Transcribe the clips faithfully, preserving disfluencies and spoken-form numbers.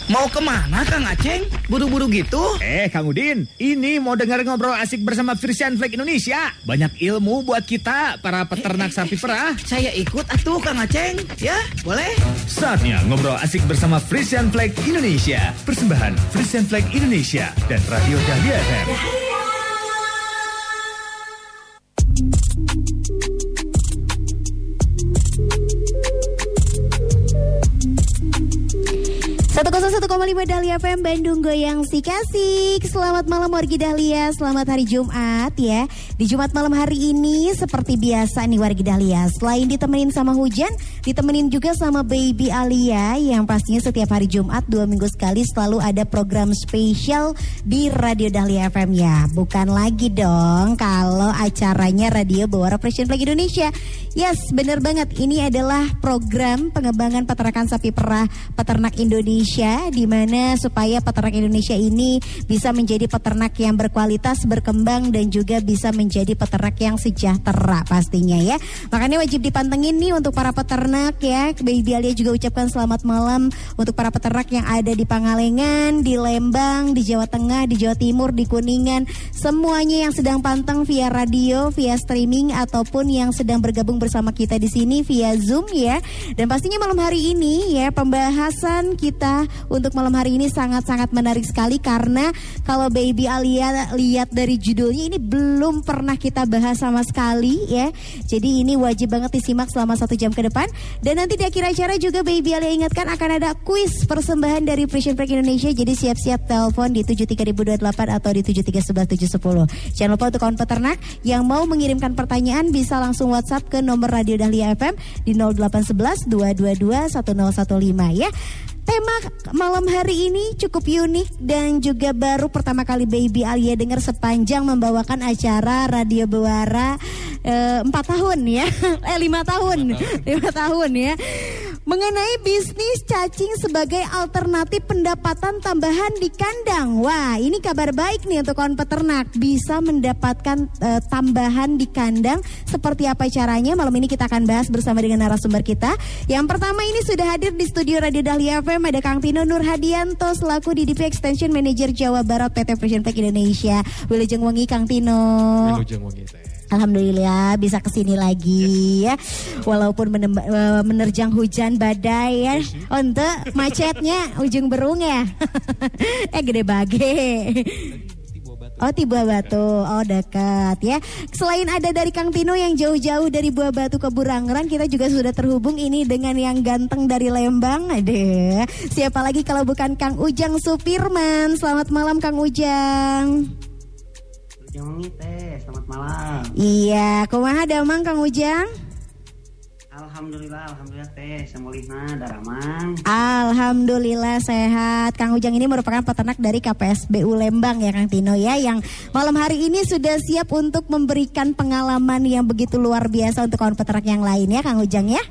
Mau kemana Kang Aceng? Buru-buru gitu? Eh Kang Udin, ini mau dengar ngobrol asik bersama Frisian Flag Indonesia. Banyak ilmu buat kita, para peternak eh, sapi perah. Saya ikut atuh Kang Aceng, ya boleh? Saatnya ngobrol asik bersama Frisian Flag Indonesia. Persembahan Frisian Flag Indonesia dan Radio Dahlia F M. seratus satu koma lima Dahlia F M Bandung goyang si kasih. Selamat malam wargi Dahlia, selamat hari Jumat ya. Di Jumat malam hari ini seperti biasa nih wargi Dahlia, selain ditemenin sama hujan, ditemenin juga sama baby Alia yang pastinya setiap hari Jumat dua minggu sekali selalu ada program spesial di Radio Dahlia F M ya. Bukan lagi dong kalau acaranya Radio Bawara Frisian Flag Indonesia. Yes, bener banget, ini adalah program pengembangan peternakan sapi perah peternak Indonesia, di mana supaya peternak Indonesia ini bisa menjadi peternak yang berkualitas, berkembang, dan juga bisa menjadi peternak yang sejahtera pastinya ya. Makanya wajib dipantengin nih untuk para peternak ya. Baby Alia juga ucapkan selamat malam untuk para peternak yang ada di Pangalengan, di Lembang, di Jawa Tengah, di Jawa Timur, di Kuningan. Semuanya yang sedang panteng via radio, via streaming, ataupun yang sedang bergabung bersama kita di sini via Zoom ya. Dan pastinya malam hari ini ya, pembahasan kita untuk malam hari ini sangat-sangat menarik sekali, karena kalau Baby Alia lihat dari judulnya ini belum pernah kita bahas sama sekali ya. Jadi ini wajib banget disimak selama satu jam ke depan. Dan nanti di akhir acara juga Baby Alia ingatkan akan ada kuis persembahan dari Frisian Flag Indonesia. Jadi siap-siap telepon di tujuh tiga nol dua delapan atau di tujuh tiga satu satu tujuh nol. Jangan lupa untuk kawan peternak yang mau mengirimkan pertanyaan bisa langsung WhatsApp ke nomor Radio Dahlia F M di nol delapan satu satu dua dua dua satu nol satu lima ya. Tema malam hari ini cukup unik dan juga baru pertama kali Baby Alia dengar sepanjang membawakan acara Radio Bawara eh, empat tahun ya, eh lima tahun, lima tahun ya, mengenai bisnis cacing sebagai alternatif pendapatan tambahan di kandang. Wah, ini kabar baik nih untuk kawan peternak, bisa mendapatkan eh, tambahan di kandang. Seperti apa caranya? Malam ini kita akan bahas bersama dengan narasumber kita. Yang pertama ini sudah hadir di studio Radio Dahlia F M, ada Kang Tino Nur Hadianto selaku D D P Extension Manager Jawa Barat P T Frisian Flag Indonesia. Wilujeng wengi Kang Tino. Wilujeng wengi teh. Alhamdulillah bisa kesini lagi ya, walaupun menem- menerjang hujan badai ya. Oh ente macetnya ujung berung ya. Eh gede bage. Oh di Buah Batu, oh dekat ya. Selain ada dari Kang Tino yang jauh-jauh dari Buah Batu ke Burangran, kita juga sudah terhubung ini dengan yang ganteng dari Lembang. Aduh, siapa lagi kalau bukan Kang Ujang Supirman. Selamat malam Kang Ujang. Ujang teh, selamat malam. Iya, kumaha damang Kang Ujang? Alhamdulillah, alhamdulillah teh, semulihna daramang. Alhamdulillah sehat. Kang Ujang ini merupakan peternak dari K P S B U Lembang ya Kang Tino ya, yang malam hari ini sudah siap untuk memberikan pengalaman yang begitu luar biasa untuk kawan peternak yang lain ya Kang Ujang ya.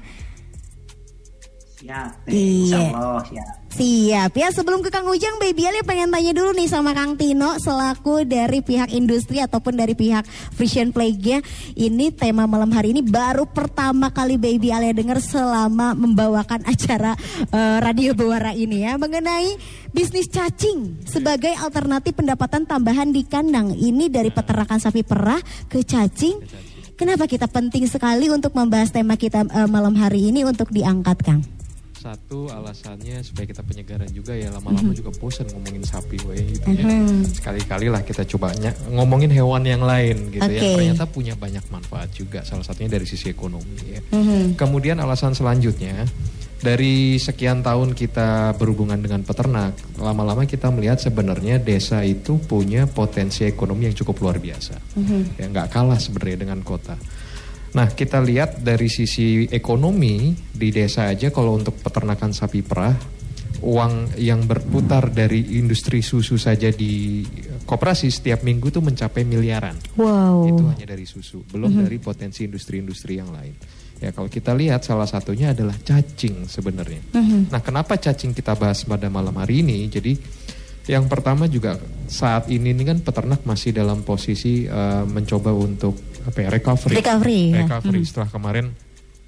Siap, teh. Iya. Insyaallah siap. Siap ya. Sebelum ke Kang Ujang, Baby Alia pengen tanya dulu nih sama Kang Tino selaku dari pihak industri ataupun dari pihak Frisian Flag-nya. Ini tema malam hari ini baru pertama kali Baby Alia dengar selama membawakan acara uh, Radio Bawara ini ya, mengenai bisnis cacing sebagai alternatif pendapatan tambahan di kandang. Ini dari peternakan sapi perah ke cacing. Kenapa kita penting sekali untuk membahas tema kita uh, malam hari ini untuk diangkat, Kang? Satu alasannya supaya kita penyegaran juga ya, lama-lama mm-hmm. juga bosan ngomongin sapi we, gitu ya. Mm-hmm. Sekali-kali lah kita cobanya ngomongin hewan yang lain gitu okay. ya. Ternyata punya banyak manfaat juga, salah satunya dari sisi ekonomi ya. Mm-hmm. Kemudian alasan selanjutnya, dari sekian tahun kita berhubungan dengan peternak, lama-lama kita melihat sebenarnya desa itu punya potensi ekonomi yang cukup luar biasa. Mm-hmm. Ya nggak kalah sebenarnya dengan kota. Nah, kita lihat dari sisi ekonomi di desa aja, kalau untuk peternakan sapi perah, uang yang berputar dari industri susu saja di koperasi setiap minggu tuh mencapai miliaran. Wow. Itu hanya dari susu, belum mm-hmm. dari potensi industri-industri yang lain. Ya, kalau kita lihat salah satunya adalah cacing sebenarnya. Mm-hmm. Nah, kenapa cacing kita bahas pada malam hari ini? Jadi yang pertama juga saat ini ini kan peternak masih dalam posisi uh, mencoba untuk apa ya, recovery, recovery, recovery ya. Setelah kemarin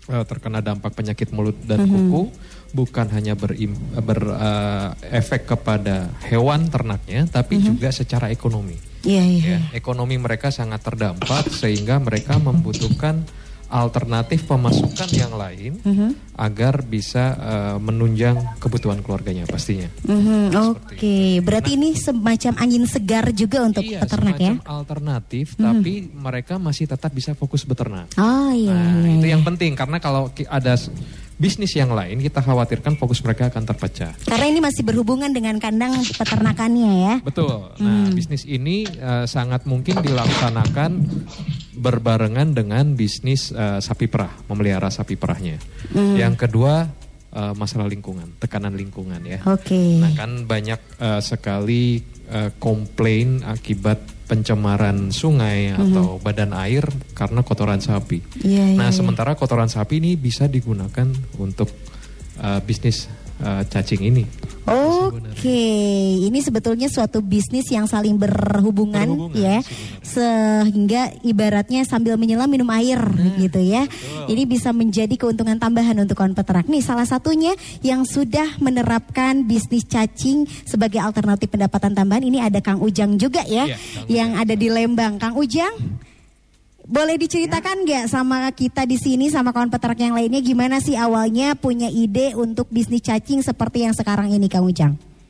uh, terkena dampak penyakit mulut dan Mm-hmm. kuku, bukan hanya berefek ber, uh, efek kepada hewan ternaknya, tapi Mm-hmm. juga secara ekonomi. Iya, iya. Ya, ekonomi mereka sangat terdampak sehingga mereka membutuhkan alternatif pemasukan yang lain Mhm. agar bisa uh, menunjang kebutuhan keluarganya pastinya. Mhm, Seperti Oke, berarti ini semacam angin segar juga untuk Iya, peternak ya? semacam alternatif, tapi mereka masih tetap bisa fokus beternak. Oh iya, Nah, iya, itu iya. yang penting karena kalau ki- ada s- bisnis yang lain, kita khawatirkan fokus mereka akan terpecah. Karena ini masih berhubungan dengan kandang peternakannya ya? Betul. Nah, bisnis ini uh, sangat mungkin dilaksanakan berbarengan dengan bisnis uh, sapi perah, memelihara sapi perahnya. Yang kedua, uh, masalah lingkungan, tekanan lingkungan ya. Oke. Nah, kan banyak uh, sekali uh, komplain akibat pencemaran sungai atau badan air karena kotoran sapi. Iya, iya, Nah, iya. sementara kotoran sapi ini bisa digunakan untuk uh, bisnis uh, cacing ini. Oke, ini sebetulnya suatu bisnis yang saling berhubungan, Berhubungan ya, sebenarnya. sehingga ibaratnya sambil menyelam minum air gitu ya. Ini bisa menjadi keuntungan tambahan untuk kawan peternak. Nih salah satunya yang sudah menerapkan bisnis cacing sebagai alternatif pendapatan tambahan ini ada Kang Ujang juga ya, Iya, Kang yang ada di Lembang. Kang Ujang, boleh diceritakan nggak sama kita di sini sama kawan peternak yang lainnya gimana sih awalnya punya ide untuk bisnis cacing seperti yang sekarang ini, Kang Ujang?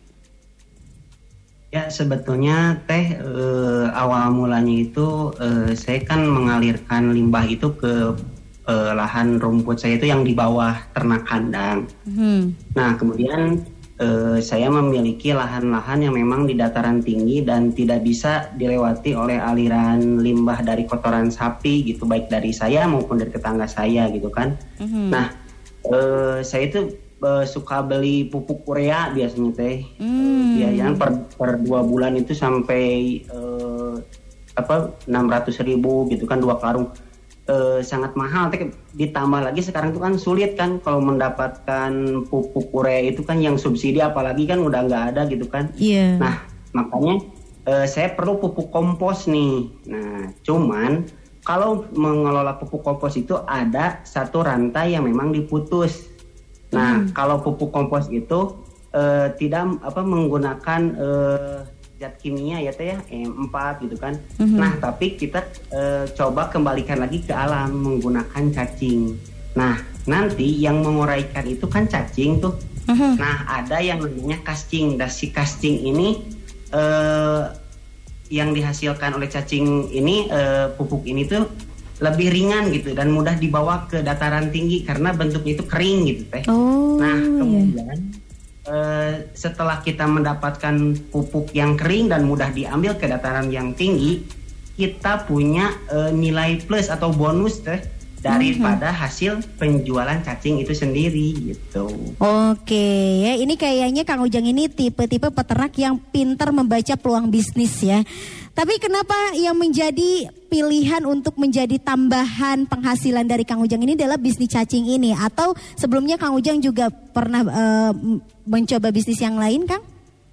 Ya sebetulnya teh eh, awal mulanya itu eh, saya kan mengalirkan limbah itu ke eh, lahan rumput saya itu yang di bawah ternak kandang. Hmm. Nah kemudian eh, saya memiliki lahan-lahan yang memang di dataran tinggi dan tidak bisa dilewati oleh aliran limbah dari kotoran sapi gitu, baik dari saya maupun dari tetangga saya gitu kan. Mhm. Nah eh, saya itu eh, suka beli pupuk urea biasanya teh. Hmm. Ya, yang per, per dua bulan itu sampai eh, apa enam ratus ribu gitu kan dua karung. Eh, sangat mahal. Tapi ditambah lagi sekarang itu kan sulit kan kalau mendapatkan pupuk urea itu kan yang subsidi apalagi kan udah nggak ada gitu kan. Iya. Nah makanya eh, saya perlu pupuk kompos nih. Nah cuman kalau mengelola pupuk kompos itu ada satu rantai yang memang diputus. Nah kalau pupuk kompos itu eh, tidak apa menggunakan eh, zat kimia ya teh ya M empat gitu kan. Mhm. Nah tapi kita eh, coba kembalikan lagi ke alam menggunakan cacing. Nah nanti yang menguraikan itu kan cacing tuh. Mhm. Nah ada yang namanya casting. Dan si casting ini eh, yang dihasilkan oleh cacing ini eh, pupuk ini tuh lebih ringan gitu dan mudah dibawa ke dataran tinggi karena bentuknya itu kering gitu teh. Oh. Nah iya. kemudian eh, setelah kita mendapatkan pupuk yang kering dan mudah diambil ke dataran yang tinggi, kita punya eh, nilai plus atau bonus teh daripada hasil penjualan cacing itu sendiri gitu. Oke, ya ini kayaknya Kang Ujang ini tipe-tipe peternak yang pintar membaca peluang bisnis ya. Tapi kenapa yang menjadi pilihan untuk menjadi tambahan penghasilan dari Kang Ujang ini adalah bisnis cacing ini? Atau sebelumnya Kang Ujang juga pernah eh, mencoba bisnis yang lain, Kang?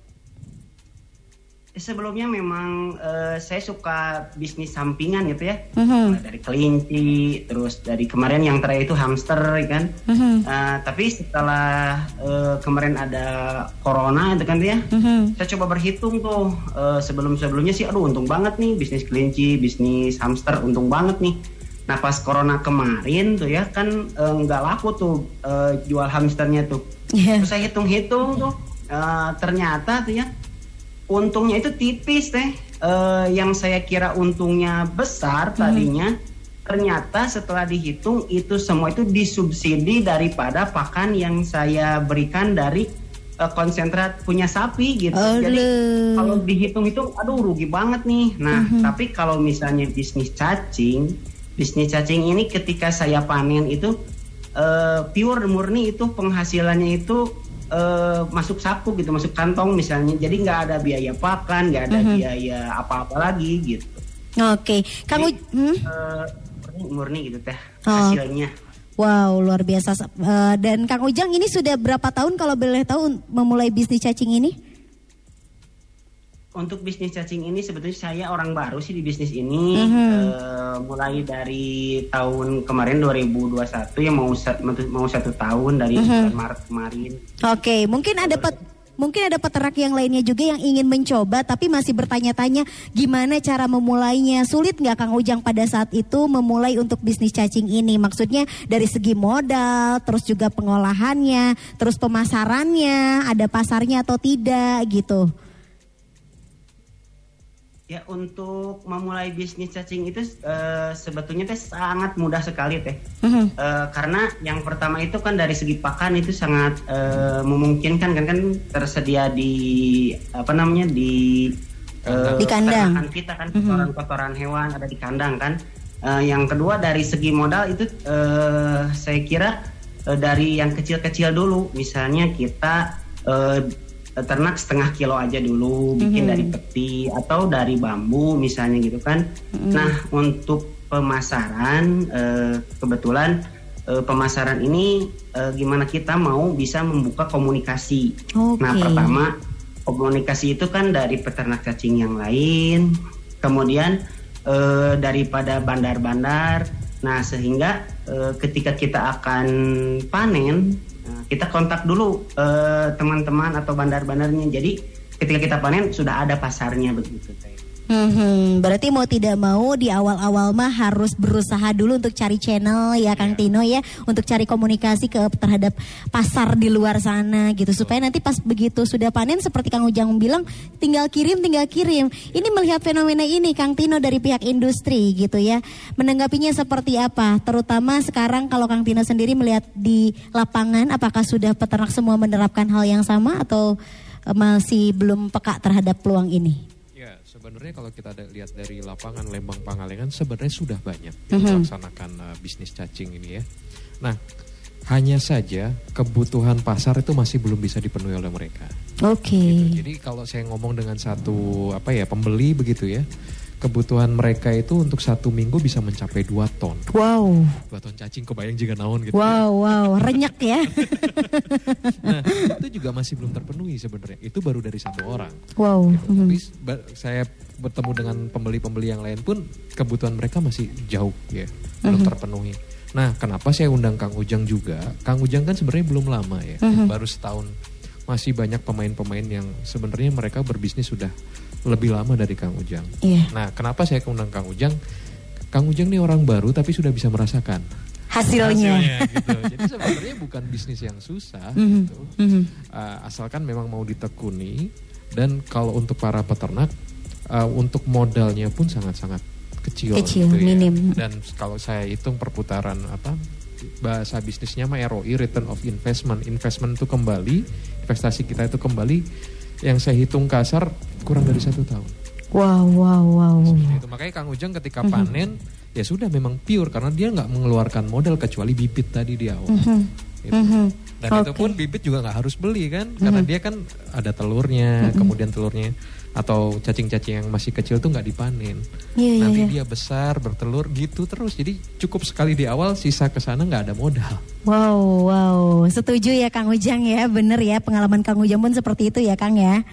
Sebelumnya memang eh, saya suka bisnis sampingan gitu ya. Mhm. Mulai dari kelinci, terus dari kemarin yang terakhir itu hamster ya kan. Mhm. Eh, tapi setelah eh, kemarin ada corona itu kan ya, Mhm. saya coba berhitung tuh eh, sebelum-sebelumnya sih aduh untung banget nih bisnis kelinci, bisnis hamster untung banget nih. Nah pas corona kemarin tuh ya kan eh, nggak laku tuh eh, jual hamsternya tuh. Iya. Terus saya hitung-hitung tuh eh, ternyata tuh ya untungnya itu tipis teh. Eh, yang saya kira untungnya besar tadinya, ternyata setelah dihitung itu semua itu disubsidi daripada pakan yang saya berikan dari eh, konsentrat punya sapi gitu. Jadi Aduh. kalau dihitung-hitung, aduh rugi banget nih. Nah, tapi kalau misalnya bisnis cacing, bisnis cacing ini ketika saya panen itu eh, pure murni itu penghasilannya itu Uh, masuk saku gitu, masuk kantong misalnya, jadi nggak ada biaya pakan, nggak ada Mhm. biaya apa-apa lagi gitu. Oke, Kang Jadi, Ujang. Hmm? uh, murni, murni gitu teh Oh. hasilnya. Wow, luar biasa. Eh, dan Kang Ujang ini sudah berapa tahun kalau boleh tahu memulai bisnis cacing ini? untuk bisnis cacing ini sebetulnya saya orang baru sih di bisnis ini. Mm-hmm. uh, mulai dari tahun kemarin dua ribu dua puluh satu yang mau mau satu tahun dari mm-hmm. bulan Maret kemarin. Oke, okay, mungkin ada pet, mungkin ada peternak yang lainnya juga yang ingin mencoba tapi masih bertanya-tanya gimana cara memulainya. Sulit nggak Kang Ujang pada saat itu memulai untuk bisnis cacing ini? Maksudnya dari segi modal, terus juga pengolahannya, terus pemasarannya, ada pasarnya atau tidak gitu. Ya, untuk memulai bisnis cacing itu uh, sebetulnya teh sangat mudah sekali teh. Uh-huh. Uh, karena yang pertama itu kan dari segi pakan itu sangat uh, memungkinkan kan kan tersedia di apa namanya di uh, di kandang kita kan, kotoran-kotoran hewan ada di kandang kan. Uh, yang kedua dari segi modal itu uh, saya kira uh, dari yang kecil-kecil dulu, misalnya kita uh, ternak setengah kilo aja dulu, bikin mm-hmm. dari peti atau dari bambu misalnya gitu kan. Mm-hmm. Nah, untuk pemasaran eh, kebetulan eh, pemasaran ini eh, gimana kita mau bisa membuka komunikasi. Okay. Nah, pertama komunikasi itu kan dari peternak cacing yang lain, kemudian eh, daripada bandar-bandar. Nah, sehingga eh, ketika kita akan panen, kita kontak dulu uh, teman-teman atau bandar-bandarnya. Jadi ketika kita panen sudah ada pasarnya begitu. Hmm, berarti mau tidak mau di awal-awal mah harus berusaha dulu untuk cari channel ya Kang Tino ya, untuk cari komunikasi ke terhadap pasar di luar sana gitu, supaya nanti pas begitu sudah panen seperti Kang Ujang bilang tinggal kirim tinggal kirim. Ini melihat fenomena ini Kang Tino dari pihak industri gitu ya, menanggapinya seperti apa? Terutama sekarang kalau Kang Tino sendiri melihat di lapangan, apakah sudah peternak semua menerapkan hal yang sama atau masih belum peka terhadap peluang ini? Sebenarnya kalau kita ada, lihat dari lapangan Lembang Pangalengan sebenarnya sudah banyak yang mm-hmm. melaksanakan uh, bisnis cacing ini ya. Nah, hanya saja kebutuhan pasar itu masih belum bisa dipenuhi oleh mereka. Oke. Okay. Gitu. Jadi kalau saya ngomong dengan satu apa ya pembeli begitu ya, kebutuhan mereka itu untuk satu minggu bisa mencapai dua ton. Wow. Dua ton cacing, kebayang jika naon gitu. Wow, ya. wow, renyak ya. Nah, itu juga masih belum terpenuhi sebenarnya. Itu baru dari satu orang. Wow. Gitu. Mm-hmm. Tapi saya bertemu dengan pembeli-pembeli yang lain pun kebutuhan mereka masih jauh ya, belum mm-hmm. terpenuhi. Nah, kenapa saya undang Kang Ujang juga? Kang Ujang kan sebenarnya belum lama ya, mm-hmm. baru setahun. Masih banyak pemain-pemain yang sebenarnya mereka berbisnis sudah lebih lama dari Kang Ujang. Yeah. Nah, kenapa saya undang Kang Ujang? Kang Ujang nih orang baru tapi sudah bisa merasakan hasilnya. hasilnya gitu. Jadi sebenarnya bukan bisnis yang susah mm-hmm. gitu. Mm-hmm. Uh, asalkan memang mau ditekuni, dan kalau untuk para peternak uh, untuk modalnya pun sangat-sangat kecil, kecil gitu ya. Minim. Dan kalau saya hitung perputaran apa bahasa bisnisnya mah R O I, return of investment. Investment itu kembali, investasi kita itu kembali, yang saya hitung kasar kurang dari satu tahun. Wow, wow, wow. Seperti itu. Makanya Kang Ujang ketika mm-hmm. panen, ya sudah memang pure karena dia nggak mengeluarkan modal kecuali bibit tadi di awal. Mm-hmm. Gitu. Mm-hmm. Dan okay. itu pun bibit juga nggak harus beli kan, mm-hmm. karena dia kan ada telurnya, mm-hmm. kemudian telurnya atau cacing-cacing yang masih kecil tuh nggak dipanen. Yeah, Nanti yeah, yeah. dia besar bertelur gitu terus. Jadi cukup sekali di awal, sisa kesana nggak ada modal. Wow, wow, setuju ya Kang Ujang ya, bener ya, pengalaman Kang Ujang pun seperti itu ya Kang ya.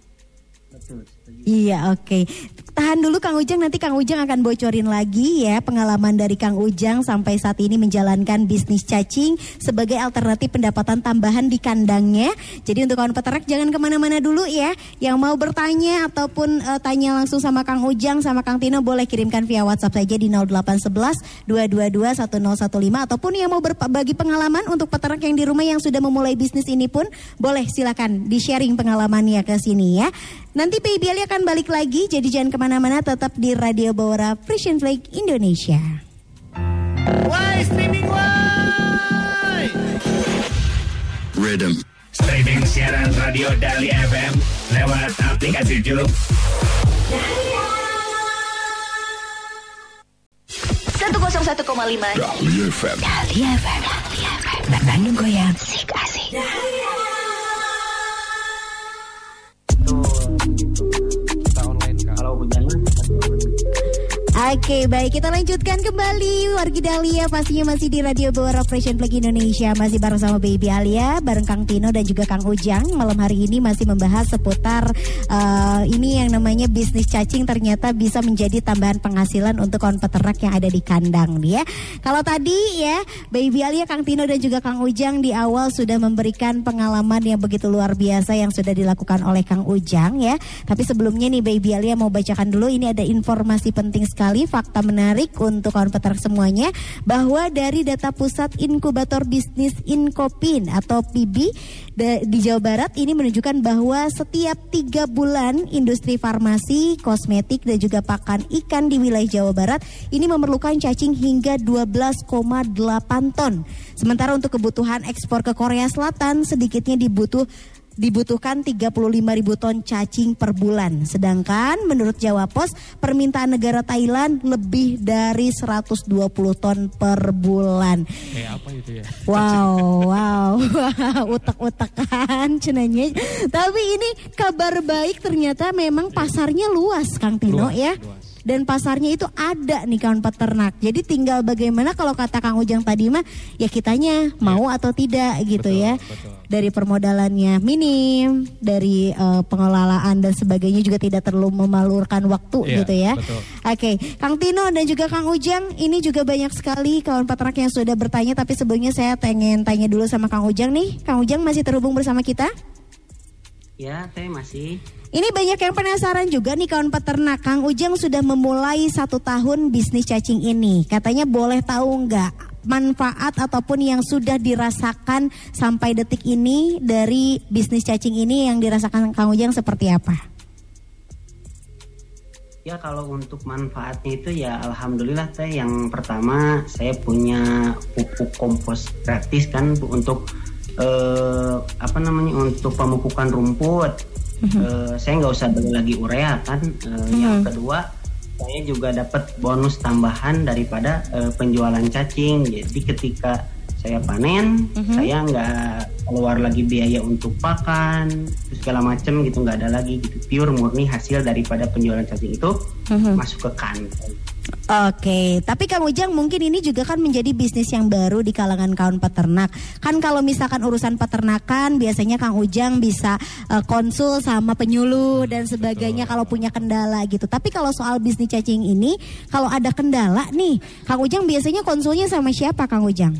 Betul. Iya, oke. Okay. Tahan dulu Kang Ujang, nanti Kang Ujang akan bocorin lagi ya pengalaman dari Kang Ujang sampai saat ini menjalankan bisnis cacing sebagai alternatif pendapatan tambahan di kandangnya. Jadi untuk kawan peternak jangan kemana-mana dulu ya. Yang mau bertanya ataupun uh, tanya langsung sama Kang Ujang sama Kang Tino boleh kirimkan via WhatsApp saja di nol delapan satu satu dua dua dua satu nol satu lima, ataupun yang mau berbagi pengalaman untuk peternak yang di rumah yang sudah memulai bisnis ini pun boleh silakan di-sharing pengalamannya ke sini ya. Nanti P I B L akan balik lagi, jadi jangan kemana-mana, tetap di Radio Bawara Frisian Flag Indonesia. Why streaming why? Rhythm. Streaming siaran radio Dahlia F M lewat aplikasi Jum. seratus satu koma lima Dahlia F M. Dahlia F M. Dahlia F M. Bandung goyang asik asik. Kalau hujan Oke, baik, kita lanjutkan kembali Wargi Dahlia, pastinya masih di Radio Bawah Fresh and Flag Indonesia, masih bareng sama Baby Alia, bareng Kang Tino dan juga Kang Ujang. Malam hari ini masih membahas seputar uh, ini yang namanya bisnis cacing ternyata bisa menjadi tambahan penghasilan untuk kawan peternak yang ada di kandang nih ya. Kalau tadi ya Baby Alia, Kang Tino dan juga Kang Ujang di awal sudah memberikan pengalaman yang begitu luar biasa yang sudah dilakukan oleh Kang Ujang ya. Tapi sebelumnya nih Baby Alia mau bacakan dulu, ini ada informasi penting sekali, fakta menarik untuk kawan peternak semuanya, bahwa dari data Pusat Inkubator Bisnis Inkopin atau P I B I di Jawa Barat ini menunjukkan bahwa setiap tiga bulan industri farmasi, kosmetik dan juga pakan ikan di wilayah Jawa Barat ini memerlukan cacing hingga dua belas koma delapan ton. Sementara untuk kebutuhan ekspor ke Korea Selatan sedikitnya dibutuh dibutuhkan tiga puluh lima ribu ton cacing per bulan. Sedangkan menurut Jawa Pos, permintaan negara Thailand lebih dari seratus dua puluh ton per bulan. Kayak apa itu ya? Wow, wow, utek-utekan cenanya. Tapi ini kabar baik, ternyata memang pasarnya luas Kang Tino luas, ya. Luas. Dan pasarnya itu ada nih kawan peternak. Jadi tinggal bagaimana kalau kata Kang Ujang tadi mah ya kitanya mau ya. Atau tidak gitu betul, ya. Betul. Dari permodalannya minim, dari uh, pengelolaan dan sebagainya juga tidak terlalu memalurkan waktu ya, gitu ya. Betul. Oke, Kang Tino dan juga Kang Ujang, ini juga banyak sekali kawan peternak yang sudah bertanya, tapi sebelumnya saya pengen tanya dulu sama Kang Ujang nih. Kang Ujang masih terhubung bersama kita? Ya, saya masih. Ini banyak yang penasaran juga nih kawan peternak. Kang Ujang sudah memulai satu tahun bisnis cacing ini. Katanya boleh tahu nggak manfaat ataupun yang sudah dirasakan sampai detik ini dari bisnis cacing ini yang dirasakan Kang Ujang seperti apa? Ya kalau untuk manfaatnya itu ya alhamdulillah teh, yang pertama saya punya pupuk kompos gratis kan untuk eh, apa namanya untuk pemupukan rumput. Mm-hmm. Uh, saya nggak usah beli lagi urea kan. Uh, mm-hmm. Yang kedua, saya juga dapat bonus tambahan daripada uh, penjualan cacing. Jadi ketika saya panen, mm-hmm. saya nggak keluar lagi biaya untuk pakan segala macam gitu, nggak ada lagi gitu. Pure murni hasil daripada penjualan cacing itu mm-hmm. masuk ke kantong. Oke, tapi Kang Ujang mungkin ini juga kan menjadi bisnis yang baru di kalangan kawan peternak. Kan kalau misalkan urusan peternakan biasanya Kang Ujang bisa uh, konsul sama penyuluh dan sebagainya kalau punya kendala gitu. Tapi kalau soal bisnis cacing ini, kalau ada kendala nih, Kang Ujang biasanya konsulnya sama siapa Kang Ujang?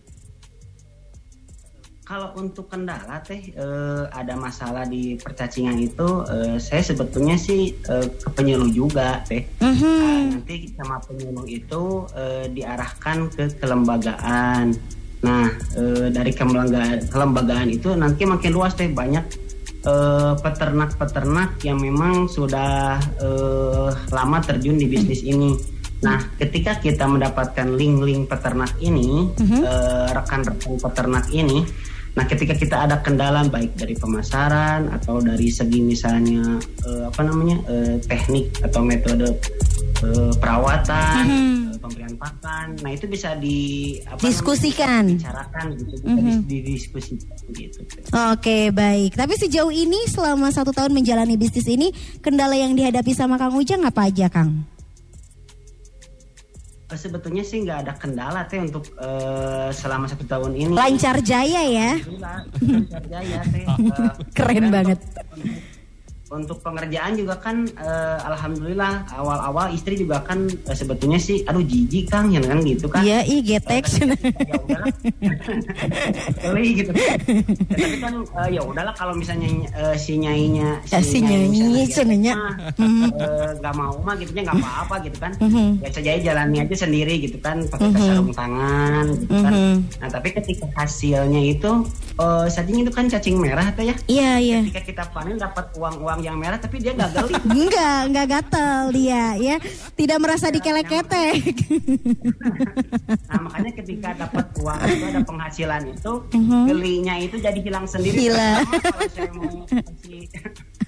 Kalau untuk kendala teh eh, ada masalah di percacingan itu, eh, saya sebetulnya sih eh, ke penyuluh juga teh. Mm-hmm. Nah, nanti sama penyuluh itu eh, diarahkan ke kelembagaan. Nah eh, dari kelembagaan, kelembagaan itu nanti makin luas teh, banyak eh, peternak-peternak yang memang sudah eh, lama terjun di bisnis ini. Nah, ketika kita mendapatkan link-link peternak ini, mm-hmm. eh, rekan-rekan peternak ini, nah ketika kita ada kendala baik dari pemasaran atau dari segi misalnya eh, apa namanya eh, teknik atau metode eh, perawatan, mm-hmm. eh, pemberian pakan, nah itu bisa di apa diskusikan, namanya, dibicarakan gitu, bisa mm-hmm. didiskusikan gitu. Oke, baik. Tapi sejauh ini selama satu tahun menjalani bisnis ini, kendala yang dihadapi sama Kang Ujang apa aja, Kang? Sebetulnya sih nggak ada kendala teh untuk uh, selama satu tahun ini. Lancar jaya ya. Lancar jaya teh. Uh, Keren banget. Untuk pengerjaan juga kan uh, alhamdulillah awal-awal istri juga kan uh, sebetulnya sih aduh jijik Kang, ya kan gitu kan. Iya, i getek. Uh, ya udahlah. gitu. Ya, tapi kan uh, ya udahlah kalau misalnya uh, si nyainya si, si nyai senenya enggak uh, mau mah gitunya enggak apa-apa gitu kan. Mm-hmm. Ya saja jalani aja sendiri gitu kan, pakai mm-hmm. sarung tangan gitu kan. Mm-hmm. Nah, tapi ketika hasilnya itu uh, cacing itu kan cacing merah tuh ya. Iya, iya. Ketika kita panen dapat uang-uang yang merah tapi dia nggak geli. Enggak, enggak gatel dia ya. Tidak merasa ya, dikelek-ketek. Nah, makanya ketika dapat uang itu ada penghasilan itu, uh-huh. gelinya itu jadi hilang sendiri. Hilang. Kalau saya mau kasih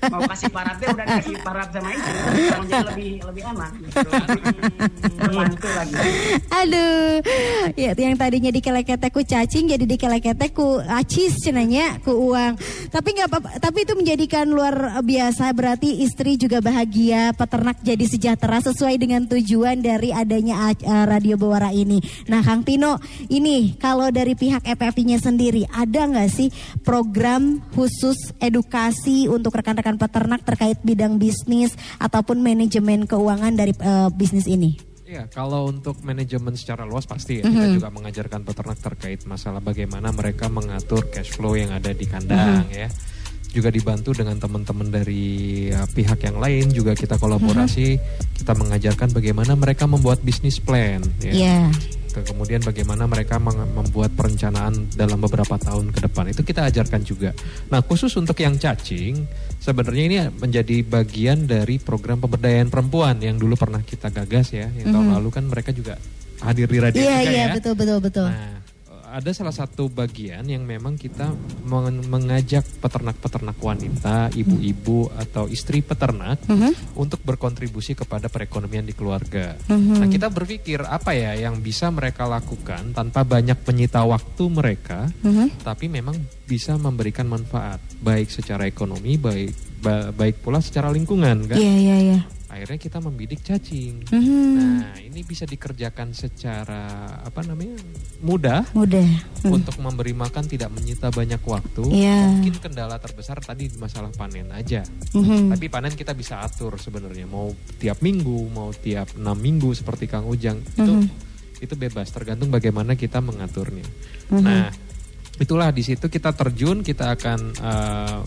mau kasih parapnya udah kasih parap sama itu, sekarang jadi lebih lebih enak. Gitu. Terbantu lagi. Aduh, ya yang tadinya dikelekete ku cacing jadi dikelekete ku acis cenanya ku uang. Tapi nggak apa-apa, tapi itu menjadikan luar biasa, berarti istri juga bahagia, peternak jadi sejahtera sesuai dengan tujuan dari adanya uh, Radio Bewara ini. Nah, Kang Tino, ini kalau dari pihak F F I-nya sendiri ada nggak sih program khusus edukasi untuk rekan-rekan peternak terkait bidang bisnis ataupun manajemen keuangan dari uh, bisnis ini? Ya, kalau untuk manajemen secara luas pasti ya, Mm-hmm. kita juga mengajarkan peternak terkait masalah bagaimana mereka mengatur cash flow yang ada di kandang, mm-hmm. ya. Juga dibantu dengan teman-teman dari ya, pihak yang lain, juga kita kolaborasi, mm-hmm. kita mengajarkan bagaimana mereka membuat bisnis plan, ya. Yeah. Kemudian bagaimana mereka membuat perencanaan dalam beberapa tahun ke depan, itu kita ajarkan juga. Nah, khusus untuk yang cacing, sebenarnya ini menjadi bagian dari program pemberdayaan perempuan yang dulu pernah kita gagas ya, yang tahun mm-hmm. lalu kan mereka juga hadir di radio yeah, juga yeah, ya. Betul betul betul. Nah, ada salah satu bagian yang memang kita mengajak peternak-peternak wanita, ibu-ibu atau istri peternak mm-hmm. untuk berkontribusi kepada perekonomian di keluarga. Mm-hmm. Nah, kita berpikir apa ya yang bisa mereka lakukan tanpa banyak menyita waktu mereka, mm-hmm. tapi memang bisa memberikan manfaat baik secara ekonomi, baik ba- baik pula secara lingkungan kan. Iya yeah, iya yeah, iya. Yeah. Akhirnya kita membidik cacing. Mm-hmm. Nah, ini bisa dikerjakan secara apa namanya mudah, mudah mm. untuk memberi makan tidak menyita banyak waktu. Yeah. Mungkin kendala terbesar tadi masalah panen aja. Mm-hmm. Tapi panen kita bisa atur sebenarnya. Mau tiap minggu, mau tiap enam minggu seperti Kang Ujang itu mm-hmm. itu bebas. Tergantung bagaimana kita mengaturnya. Mm-hmm. Nah, itulah di situ kita terjun, kita akan uh,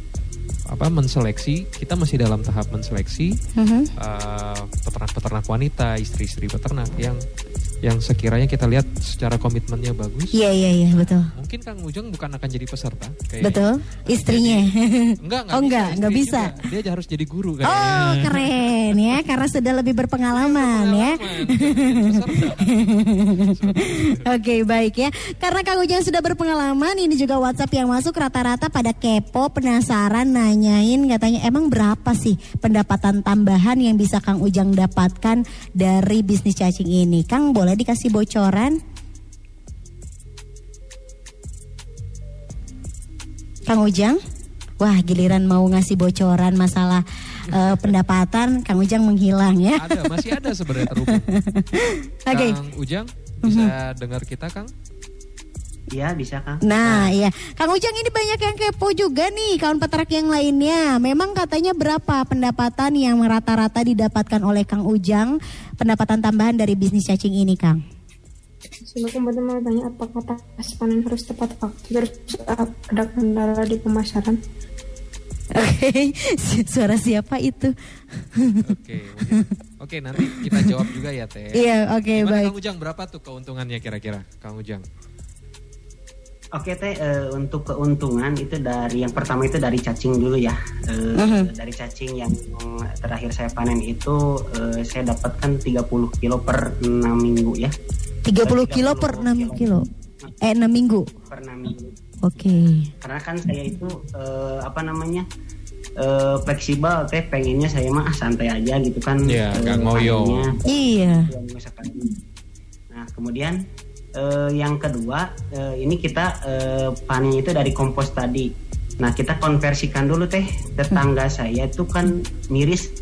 apa menseleksi, kita masih dalam tahap menseleksi uh-huh. uh, peternak-peternak wanita, istri-istri peternak yang yang sekiranya kita lihat secara komitmennya bagus. Iya iya iya betul. Mungkin Kang Ujang bukan akan jadi peserta. Kayak betul. Istrinya. Jadi, enggak enggak. Oh bisa, enggak enggak bisa. Juga. Dia harus jadi guru kayaknya. Oh keren ya, karena sudah lebih berpengalaman ya. Oke baik ya. Karena Kang Ujang sudah berpengalaman, ini juga WhatsApp yang masuk rata-rata pada kepo, penasaran, nanyain katanya emang berapa sih pendapatan tambahan yang bisa Kang Ujang dapatkan dari bisnis cacing ini? Kang boleh dikasih bocoran? Kang Ujang? Wah giliran mau ngasih bocoran masalah uh, pendapatan, Kang Ujang menghilang ya. Ada, masih ada sebenarnya terhubung. Okay. Kang Ujang bisa uh-huh. dengar kita Kang? Iya bisa Kang. Nah iya, Kang Ujang ini banyak yang kepo juga nih kawan peternak yang lainnya. Memang katanya berapa pendapatan yang rata-rata didapatkan oleh Kang Ujang, pendapatan tambahan dari bisnis cacing ini Kang? Sebelum kemudian mau tanya apakah pas panen harus tepat waktu, terus ada kendala di pemasaran? Oke, okay. Suara siapa itu? Oke, okay, oke okay, nanti kita jawab juga ya Teh. Iya, oke okay, baik. Kang Ujang berapa tuh keuntungannya kira-kira, Kang Ujang? Oke Teh, uh, untuk keuntungan itu dari yang pertama itu dari cacing dulu ya. Uh, uh-huh. Dari cacing yang terakhir saya panen itu uh, saya dapatkan tiga puluh kilo per enam minggu ya. tiga puluh kilo per enam kilo. Eh enam minggu. Per enam minggu. Oke. Okay. Karena kan saya itu uh, apa namanya? Uh, fleksibel Teh, pengennya saya mah santai aja gitu kan. Iya, enggak uh, ngoyo. Iya. Nah, kemudian Uh, yang kedua, uh, ini kita uh, panen itu dari kompos tadi. Nah, kita konversikan dulu Teh. Tetangga hmm. saya itu kan miris.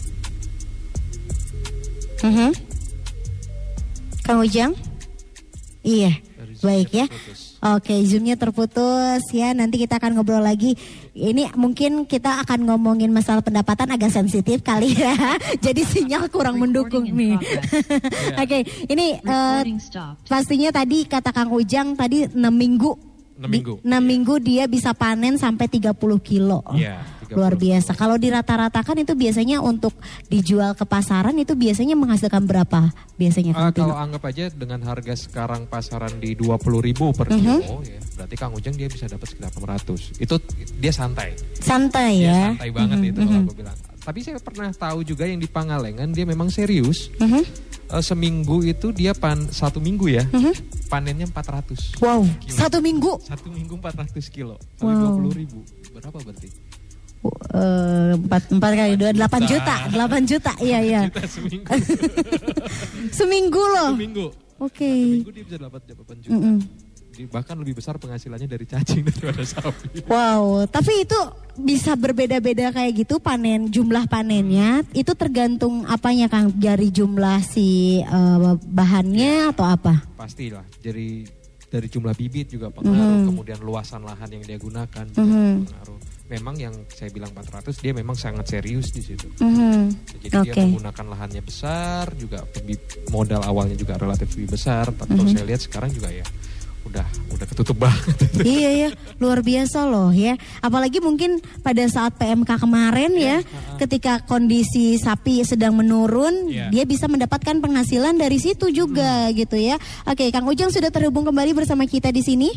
Uh-huh. Kang Ujang? Iya, baik ya. Oke, zoomnya terputus ya. Nanti kita akan ngobrol lagi. Ini mungkin kita akan ngomongin masalah pendapatan agak sensitif kali ya. Jadi sinyal kurang mendukung nih. Oke, okay, ini uh, pastinya tadi kata Kang Ujang tadi enam minggu. enam minggu. Di, enam yeah. minggu dia bisa panen sampai tiga puluh kilo. Yeah, tiga puluh. Luar biasa. Kalau dirata-ratakan itu biasanya untuk dijual ke pasaran itu biasanya menghasilkan berapa? Biasanya uh, kalau anggap aja dengan harga sekarang pasaran di dua puluh ribu per kilo, uh-huh. ya, berarti Kang Ujang dia bisa dapat sekitar enam ratus. Itu dia santai. Santai dia ya. Santai banget uh-huh, itu uh-huh. kalau aku bilang. Tapi saya pernah tahu juga yang di Pangalengan dia memang serius. Uh-huh. Uh, seminggu itu dia pan satu minggu ya. Uh-huh. Panennya empat ratus. Wow, kilo. Satu minggu? Satu minggu empat ratus kilo. Kali wow. dua puluh ribu. Berapa berarti? Uh, empat, empat kali dua, delapan juta. Delapan juta, iya iya. Juta seminggu. Seminggu loh. Seminggu. Oke. Okay. Seminggu dia bisa dapat delapan juta. Mm-mm. Bahkan lebih besar penghasilannya dari cacing daripada sapi. Wow, tapi itu bisa berbeda-beda kayak gitu panen, jumlah panennya itu tergantung apanya Kang, dari jumlah si uh, bahannya atau apa? Pastilah, dari dari jumlah bibit juga pengaruh, mm. kemudian luasan lahan yang dia gunakan juga mm. pengaruh. Memang yang saya bilang empat ratus dia memang sangat serius di situ. Mm-hmm. Jadi okay. dia menggunakan lahannya besar, juga modal awalnya juga relatif lebih besar, tapi mm-hmm. kalau saya lihat sekarang juga ya udah udah ketutup banget. Iya ya, luar biasa loh ya. Apalagi mungkin pada saat P M K kemarin ya, uh-huh. ketika kondisi sapi sedang menurun, yeah. dia bisa mendapatkan penghasilan dari situ juga hmm. gitu ya. Oke, Kang Ujang sudah terhubung kembali bersama kita di sini.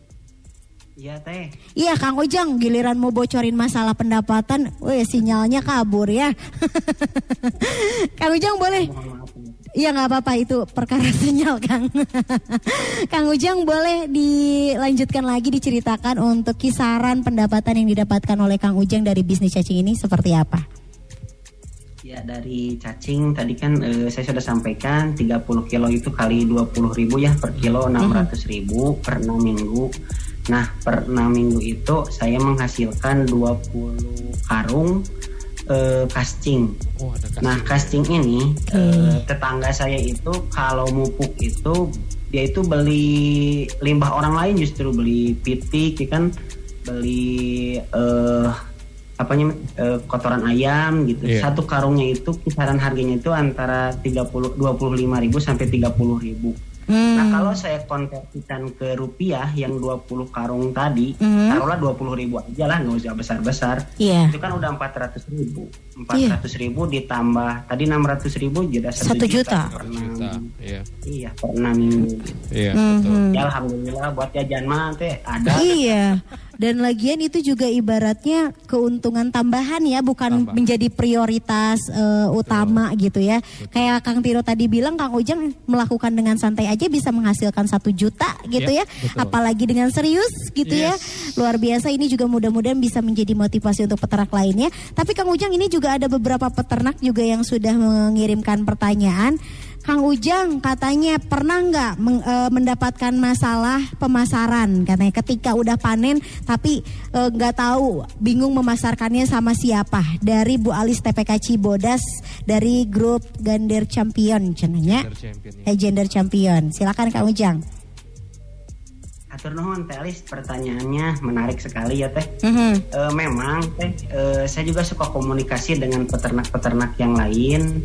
Iya teh. Iya Kang Ujang, giliran mau bocorin masalah pendapatan, weh sinyalnya kabur ya. Kang Ujang boleh? Iya nggak apa-apa, itu perkara sinyal Kang. Kang Ujang boleh dilanjutkan lagi, diceritakan untuk kisaran pendapatan yang didapatkan oleh Kang Ujang dari bisnis cacing ini seperti apa? Ya dari cacing tadi kan eh, saya sudah sampaikan tiga puluh kilo itu kali dua puluh ribu ya per kilo enam ratus ribu per enam minggu. Nah per enam minggu itu saya menghasilkan dua puluh karung uh, casting. Oh, ada casting. Nah casting ini hmm. uh, tetangga saya itu kalau mupuk itu dia itu beli limbah orang lain, justru beli pitik ya kan, beli uh, apanya uh, kotoran ayam gitu. Yeah. Satu karungnya itu kisaran harganya itu antara tiga puluh dua puluh lima ribu sampai tiga puluh ribu. Hmm. Nah kalau saya konversikan ke rupiah yang dua puluh karung tadi, hmm. taruhlah dua puluh ribu aja lah, nggak usah besar-besar. Yeah. Itu kan udah empat ratus ribu. empat ratus yeah. ribu ditambah tadi enam ratus ribu jadi satu juta. Per enam, yeah. Iya, per enam minggu. Iya, yeah, betul. Ya alhamdulillah buat jajan mah teh ada. Iya. Dan lagian itu juga ibaratnya keuntungan tambahan ya, bukan Tambah. menjadi prioritas uh, utama Betul. gitu ya. Betul. Kayak Kang Tiro tadi bilang, Kang Ujang melakukan dengan santai aja bisa menghasilkan satu juta gitu ya. ya. Apalagi dengan serius gitu yes. ya. Luar biasa, ini juga mudah-mudahan bisa menjadi motivasi untuk peternak lainnya. Tapi Kang Ujang, ini juga ada beberapa peternak juga yang sudah mengirimkan pertanyaan. Kang Ujang katanya pernah nggak men, e, mendapatkan masalah pemasaran, katanya ketika udah panen tapi nggak e, tahu, bingung memasarkannya sama siapa. Dari Bu Alis T P K Cibodas dari grup Gender Champion cenanya. Gender Champion, ya. eh, Gender Champion. Silakan Kang Ujang. Atur nuhun Teh Alis, pertanyaannya menarik sekali ya Teh. Mm-hmm. E, memang Teh e, saya juga suka komunikasi dengan peternak-peternak yang lain.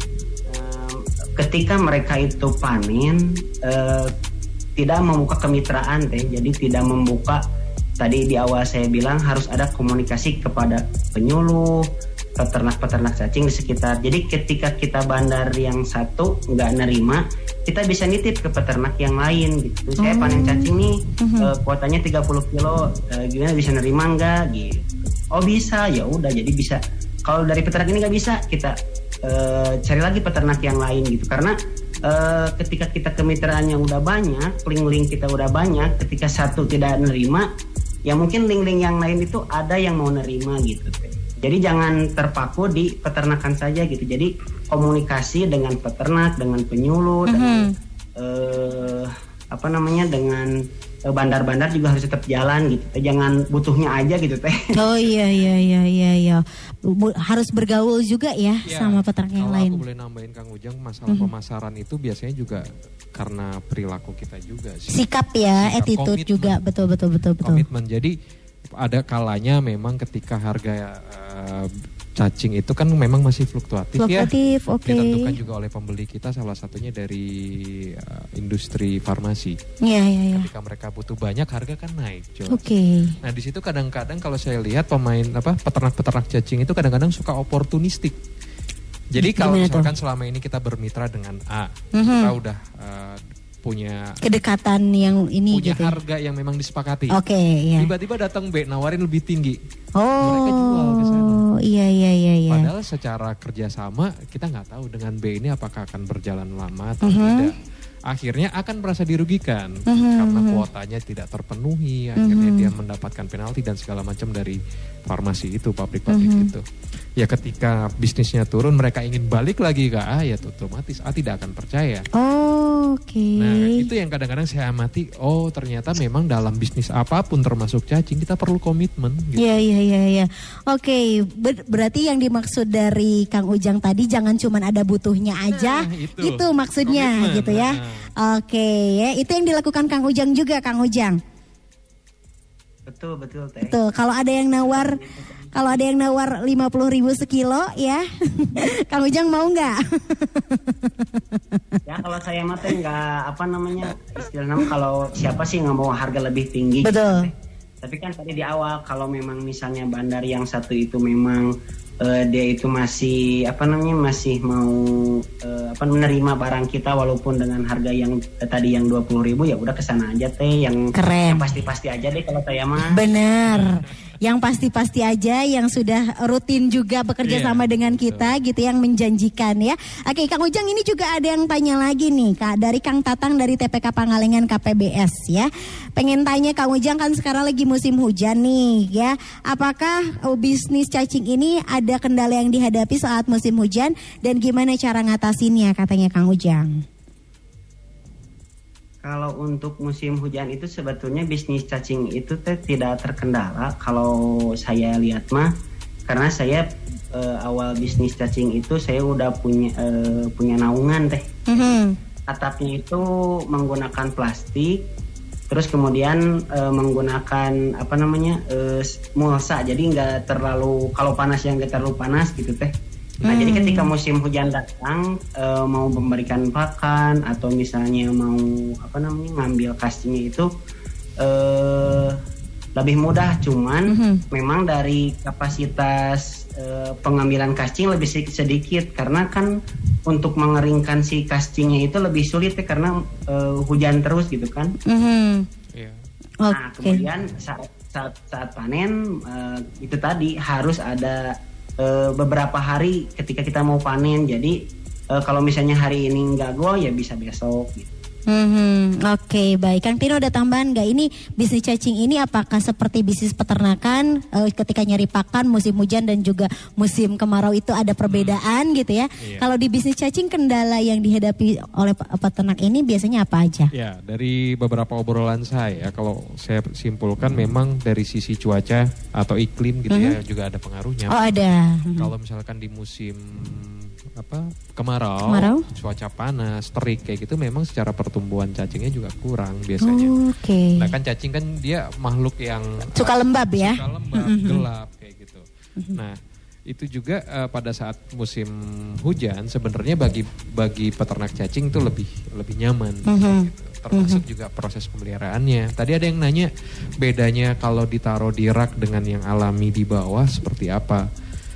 Ketika mereka itu panen eh, tidak membuka kemitraan Teh, jadi tidak membuka, tadi di awal saya bilang harus ada komunikasi kepada penyuluh, peternak-peternak cacing di sekitar. Jadi ketika kita bandar yang satu nggak nerima, kita bisa nitip ke peternak yang lain gitu. Saya panen cacing nih, uh-huh. eh, kuotanya tiga puluh kilo, eh, gimana bisa nerima nggak gitu. Oh bisa, ya udah, jadi bisa. Kalau dari peternak ini nggak bisa, kita Uh, cari lagi peternak yang lain gitu, karena uh, ketika kita kemitraannya udah banyak, link-link kita udah banyak, ketika satu tidak nerima, ya mungkin link-link yang lain itu ada yang mau nerima gitu. Jadi jangan terpaku di peternakan saja gitu. Jadi komunikasi dengan peternak, dengan penyuluh, mm-hmm. dengan uh, apa namanya dengan bandar-bandar juga harus tetap jalan gitu. Jangan butuhnya aja gitu Teh. Oh iya iya iya iya iya. Harus bergaul juga ya, ya sama peternak yang lain. Kalau aku boleh nambahin Kang Ujang, masalah mm-hmm. pemasaran itu biasanya juga karena perilaku kita juga sih. Sikap ya, Sikap, attitude komitmen. juga, betul betul betul betul. Komitmen. Jadi ada kalanya memang ketika harga uh, cacing itu kan memang masih fluktuatif, fluktuatif ya. Okay. Ditentukan juga oleh pembeli kita, salah satunya dari uh, industri farmasi. Iya, iya, iya. Ketika mereka butuh banyak, harga kan naik. Oke. Okay. Nah, di situ kadang-kadang kalau saya lihat pemain apa peternak-peternak cacing itu kadang-kadang suka oportunistik. Jadi kalau misalkan selama ini kita bermitra dengan A, mm-hmm. kita udah uh, punya kedekatan yang ini punya gitu. harga yang memang disepakati. Oke, okay, iya. Tiba-tiba datang B nawarin lebih tinggi. Oh, mereka jual ke sana. Iya iya iya iya. Padahal secara kerjasama kita nggak tahu dengan B ini apakah akan berjalan lama atau uh-huh. tidak. akhirnya akan merasa dirugikan Mm-hmm. karena kuotanya tidak terpenuhi, akhirnya Mm-hmm. dia mendapatkan penalti dan segala macam dari farmasi itu, pabrik-pabrik Mm-hmm. itu. Ya ketika bisnisnya turun, mereka ingin balik lagi ke A, ya otomatis A tidak akan percaya. Oh, oke. Okay. Nah itu yang kadang-kadang saya amati, oh ternyata memang dalam bisnis apapun termasuk cacing kita perlu komitmen. Gitu. Iya iya iya iya. Oke, ber- berarti yang dimaksud dari Kang Ujang tadi jangan cuman ada butuhnya aja. Nah, itu. itu maksudnya Komitmen, gitu ya. nah. Oke, ya itu yang dilakukan Kang Ujang juga, Kang Ujang. Betul betul teh. Tuh, kalau ada yang nawar kalau ada yang nawar lima puluh ribu sekilo ya. Kang Ujang mau nggak? Ya kalau saya mah teh nggak apa namanya istilahnya kalau siapa sih nggak mau harga lebih tinggi. Betul. Gitu, teh. Tapi kan tadi di awal kalau memang misalnya bandar yang satu itu memang uh, dia itu masih apa namanya masih mau uh, apa menerima barang kita walaupun dengan harga yang eh, tadi yang dua puluh ribu ya udah kesana aja teh yang, Keren. yang pasti-pasti aja deh kalau saya mah. Benar. Yang pasti-pasti aja yang sudah rutin juga bekerja Iya, sama dengan kita gitu yang menjanjikan ya. Oke, Kang Ujang ini juga ada yang tanya lagi nih Kak dari Kang Tatang dari T P K Pangalengan K P B S ya. Pengen tanya Kang Ujang kan sekarang lagi musim hujan nih ya. Apakah oh, bisnis cacing ini ada kendala yang dihadapi saat musim hujan dan gimana cara ngatasinnya katanya Kang Ujang? Kalau untuk musim hujan itu sebetulnya bisnis cacing itu teh tidak terkendala kalau saya lihat mah karena saya e, awal bisnis cacing itu saya udah punya e, punya naungan teh. Mm-hmm. Atapnya itu menggunakan plastik terus kemudian e, menggunakan apa namanya e, mulsa jadi nggak terlalu kalau panas yang nggak terlalu panas gitu teh. Nah hmm. jadi ketika musim hujan datang e, mau memberikan pakan atau misalnya mau apa namanya ngambil castingnya itu e, lebih mudah cuman hmm. memang dari kapasitas e, pengambilan casting lebih sedikit karena kan untuk mengeringkan si castingnya itu lebih sulit ya karena e, hujan terus gitu kan. Hmm. Yeah. Nah Okay. kemudian saat saat, saat panen e, itu tadi harus ada Uh, beberapa hari ketika kita mau panen jadi uh, kalau misalnya hari ini nggak gol ya bisa besok gitu. Hmm, Oke okay, baik Kang Tino ada tambahan nggak ini bisnis cacing ini apakah seperti bisnis peternakan uh, ketika nyari pakan musim hujan dan juga musim kemarau itu ada perbedaan hmm. gitu ya? Iya. Kalau di bisnis cacing kendala yang dihadapi oleh peternak ini biasanya apa aja? Ya dari beberapa obrolan saya kalau saya simpulkan memang dari sisi cuaca atau iklim gitu hmm. ya juga ada pengaruhnya. Oh ada. Hmm. Kalau misalkan di musim apa kemarau, kemarau, cuaca panas, terik kayak gitu memang secara pertumbuhan cacingnya juga kurang biasanya. Oh, Oke. Okay. Nah kan cacing kan dia makhluk yang suka lembab ya, suka lembab, mm-hmm. gelap kayak gitu. Mm-hmm. Nah itu juga uh, pada saat musim hujan sebenarnya bagi bagi peternak cacing itu lebih lebih nyaman. Mm-hmm. Gitu. Termasuk mm-hmm. juga proses pemeliharaannya. Tadi ada yang nanya bedanya kalau ditaruh di rak dengan yang alami di bawah seperti apa.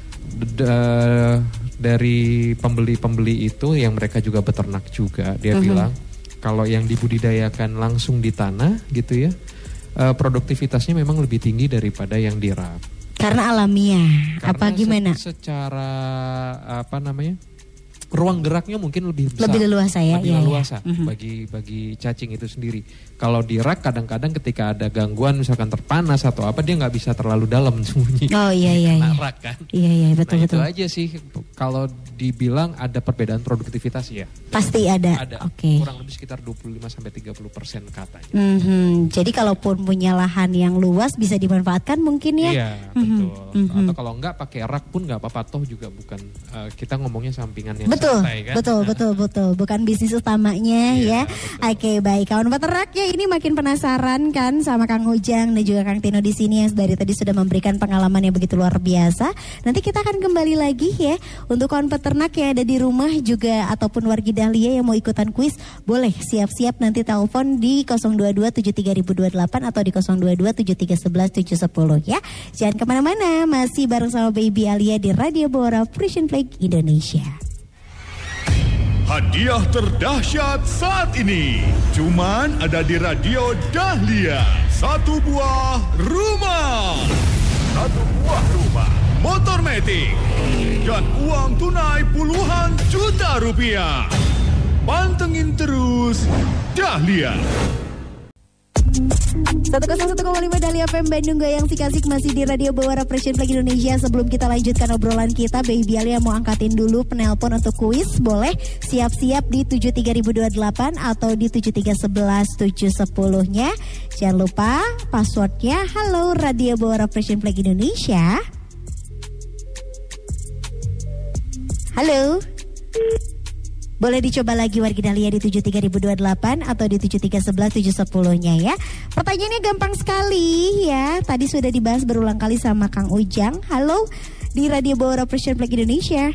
D- dari pembeli-pembeli itu yang mereka juga beternak juga dia uh-huh. bilang kalau yang dibudidayakan langsung di tanah gitu ya uh, produktivitasnya memang lebih tinggi daripada yang di rak karena alamiah. Karena apa gimana se- secara apa namanya ruang geraknya mungkin lebih besar, lebih leluasa ya, lebih ya, leluasa ya. bagi bagi cacing itu sendiri. Kalau di rak kadang-kadang ketika ada gangguan misalkan terpanas atau apa dia nggak bisa terlalu dalam sembunyi. Oh iya iya. Nah, iya. rak kan. Iya iya betul nah, betul. Itu aja sih kalau dibilang ada perbedaan produktivitas ya. Pasti ada. Ada. Oke. Okay. Kurang lebih sekitar dua puluh lima sampai tiga puluh persen katanya. Mm-hmm. Jadi kalaupun punya lahan yang luas bisa dimanfaatkan mungkin ya. Iya mm-hmm. betul. Mm-hmm. Atau kalau enggak pakai rak pun enggak apa-apa toh juga bukan uh, kita ngomongnya sampingan yang betul, santai kan. Betul betul betul bukan bisnis utamanya iya, ya. Oke okay, baik kawan peternak ya ini makin penasaran kan sama Kang Ujang dan juga Kang Tino di sini yang dari tadi sudah memberikan pengalaman yang begitu luar biasa. Nanti kita akan kembali lagi ya untuk kawan peternak yang ada di rumah juga ataupun wargi Dahlia yang mau ikutan kuis boleh siap-siap nanti telepon di nol dua dua tujuh tiga nol nol dua delapan atau di nol dua dua tujuh tiga satu satu tujuh satu nol ya. Jangan kemana-mana masih bareng sama Baby Alia di Radio Bora Frisian Flag Indonesia. Hadiah terdahsyat saat ini cuman ada di Radio Dahlia. Satu buah rumah, satu buah rumah, motor metik, dan uang tunai puluhan juta rupiah. pantengin terus Dahlia. seratus satu koma lima Dahlia F M Bandung Goyang Sik-asik masih di Radio Bawara Fresh Flag Indonesia. Sebelum kita lanjutkan obrolan kita, Baby Alia mau angkatin dulu penelpon untuk kuis. Boleh siap-siap di tujuh tiga nol dua delapan atau di tujuh tiga satu satu tujuh sepuluh nya. Jangan lupa passwordnya Halo Radio Bawara Fresh Flag Indonesia. Halo. Boleh dicoba lagi warga Dahlia di tujuh tiga nol dua delapan atau di tujuh tiga satu satu tujuh sepuluh nya ya. Pertanyaannya gampang sekali ya. Tadi sudah dibahas berulang kali sama Kang Ujang. Halo di Radio Bawara Fresh Flag Indonesia.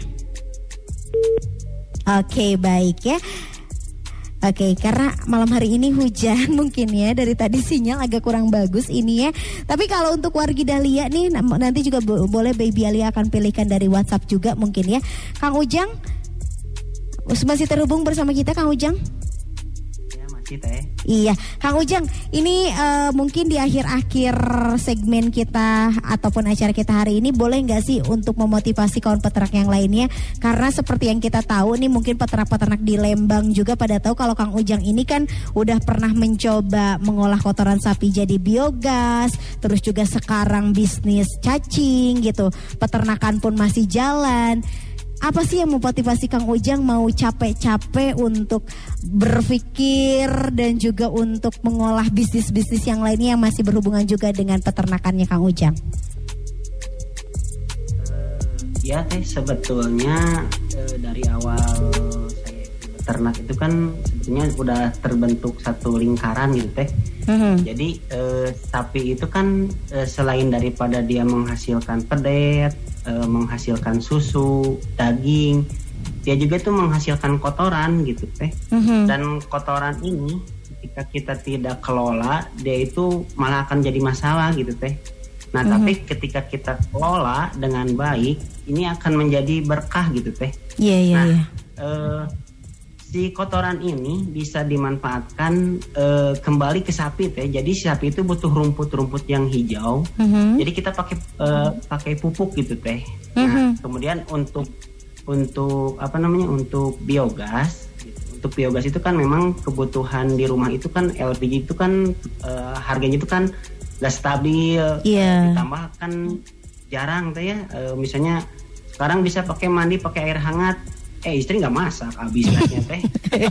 Oke, baik ya. Oke, karena malam hari ini hujan mungkin ya, dari tadi sinyal agak kurang bagus ini ya. Tapi kalau untuk wargi Dahlia nih nanti juga boleh Baby Alia akan pilihkan dari WhatsApp juga mungkin ya. Kang Ujang masih terhubung bersama kita, Kang Ujang? Ya, masih teh. Iya, Kang Ujang, ini uh, mungkin di akhir-akhir segmen kita ataupun acara kita hari ini boleh nggak sih untuk memotivasi kawan peternak yang lainnya? Karena seperti yang kita tahu nih, mungkin peternak-peternak di Lembang juga pada tahu kalau Kang Ujang ini kan udah pernah mencoba mengolah kotoran sapi jadi biogas, terus juga sekarang bisnis cacing gitu, peternakan pun masih jalan. Apa sih yang memotivasi Kang Ujang mau capek-capek untuk berpikir dan juga untuk mengolah bisnis-bisnis yang lainnya yang masih berhubungan juga dengan peternakannya Kang Ujang? Ya teh, sebetulnya eh, dari awal saya beternak itu kan sebetulnya udah terbentuk satu lingkaran gitu teh. Mm-hmm. Jadi eh, sapi itu kan eh, selain daripada dia menghasilkan pedet, eh, menghasilkan susu, daging, dia juga tuh menghasilkan kotoran gitu teh. Mm-hmm. Dan kotoran ini ketika kita tidak kelola, dia itu malah akan jadi masalah gitu teh. Nah, mm-hmm. tapi ketika kita kelola dengan baik, ini akan menjadi berkah gitu teh. Iya, yeah, iya, yeah, nah, yeah. eh, si kotoran ini bisa dimanfaatkan uh, kembali ke sapi teh. Jadi sapi itu butuh rumput-rumput yang hijau. Mm-hmm. Jadi kita pakai uh, pakai pupuk gitu teh. Mm-hmm. Nah, kemudian untuk untuk apa namanya? Untuk biogas. Gitu. Untuk biogas itu kan memang kebutuhan di rumah itu kan L P G itu kan uh, harganya itu kan gak stabil. Yeah. Ditambah kan jarang teh ya. Uh, misalnya sekarang bisa pakai mandi pakai air hangat. Eh istri nggak masak, habis gasnya teh.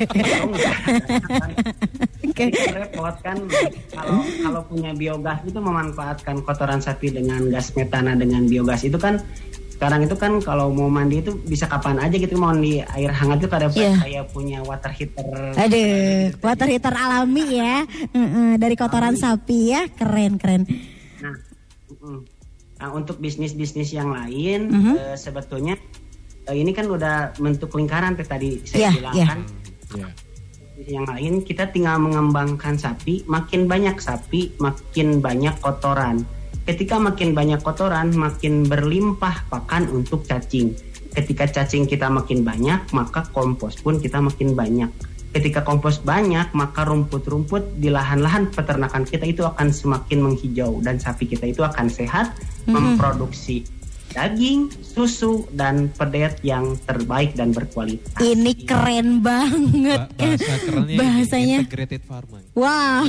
Jadi repot kan kalau kalau punya biogas itu memanfaatkan kotoran sapi dengan gas metana dengan biogas itu kan sekarang itu kan kalau mau mandi itu bisa kapan aja gitu, mau di air hangat itu kada yeah. kayak punya water heater. Aduh, gitu, water heater alami ya, dari kotoran alami. Sapi ya, keren keren. Nah, nah untuk bisnis-bisnis yang lain mm-hmm. uh, sebetulnya ini kan udah bentuk lingkaran tadi saya yeah, bilang yeah. kan. Yeah. Yang lain kita tinggal mengembangkan sapi, makin banyak sapi, makin banyak kotoran. Ketika makin banyak kotoran, makin berlimpah pakan untuk cacing. Ketika cacing kita makin banyak, maka kompos pun kita makin banyak. Ketika kompos banyak, maka rumput-rumput di lahan-lahan peternakan kita itu akan semakin menghijau dan sapi kita itu akan sehat, mm-hmm. memproduksi daging, susu, dan pedet yang terbaik dan berkualitas. Ini keren banget. Ba- bahasa kerennya bahasanya integrated farming. Wow.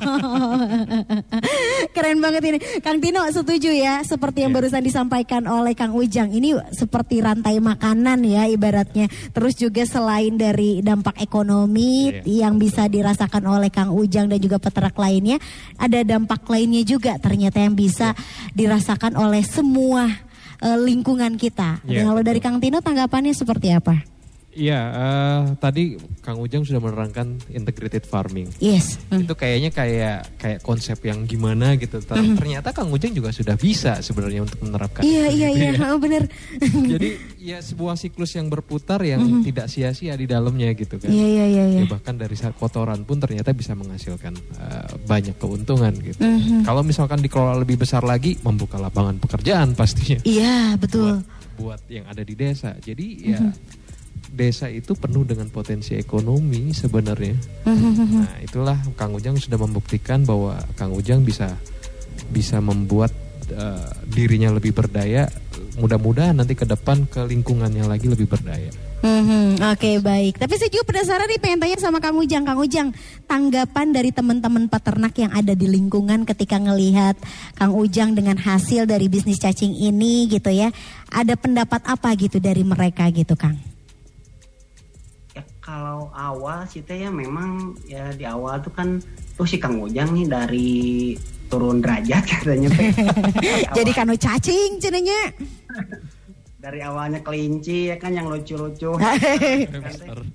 Keren banget ini. Kang Tino setuju ya, seperti yang yeah. barusan disampaikan oleh Kang Ujang. Ini seperti rantai makanan ya ibaratnya. Terus juga selain dari dampak ekonomi yeah. yang bisa dirasakan oleh Kang Ujang dan juga peternak lainnya, ada dampak lainnya juga ternyata yang bisa yeah. dirasakan oleh semua lingkungan kita. Yeah, kalau dari Kang Tino tanggapannya seperti apa? Iya, uh, tadi Kang Ujang sudah menerangkan integrated farming. Yes. Mm. Itu kayaknya kayak kayak konsep yang gimana gitu. Mm. Ternyata Kang Ujang juga sudah bisa sebenarnya untuk menerapkan. Iya iya iya, oh, benar. Jadi ya sebuah siklus yang berputar yang mm. tidak sia-sia di dalamnya gitu kan. Iya iya iya. Ya, bahkan dari kotoran pun ternyata bisa menghasilkan uh, banyak keuntungan gitu. Mm-hmm. Kalau misalkan dikelola lebih besar lagi, membuka lapangan pekerjaan pastinya. Iya betul. Buat, buat yang ada di desa. Jadi ya. Mm-hmm. Desa itu penuh dengan potensi ekonomi sebenarnya. Nah, itulah Kang Ujang sudah membuktikan bahwa Kang Ujang bisa bisa membuat uh, dirinya lebih berdaya mudah-mudahan nanti ke depan ke lingkungannya lagi lebih berdaya. Hmm, Oke okay, baik. Tapi saya juga penasaran nih, pengen tanya sama Kang Ujang. Kang Ujang, tanggapan dari teman-teman peternak yang ada di lingkungan ketika ngelihat Kang Ujang dengan hasil dari bisnis cacing ini gitu ya. Ada pendapat apa gitu dari mereka gitu Kang? Ya kalau awal sih teh ya memang ya di awal tuh kan tuh si Kang Ujang nih dari turun derajat katanya. Jadi kanu cacing cenanya. Dari awalnya kelinci ya kan yang lucu-lucu. Terus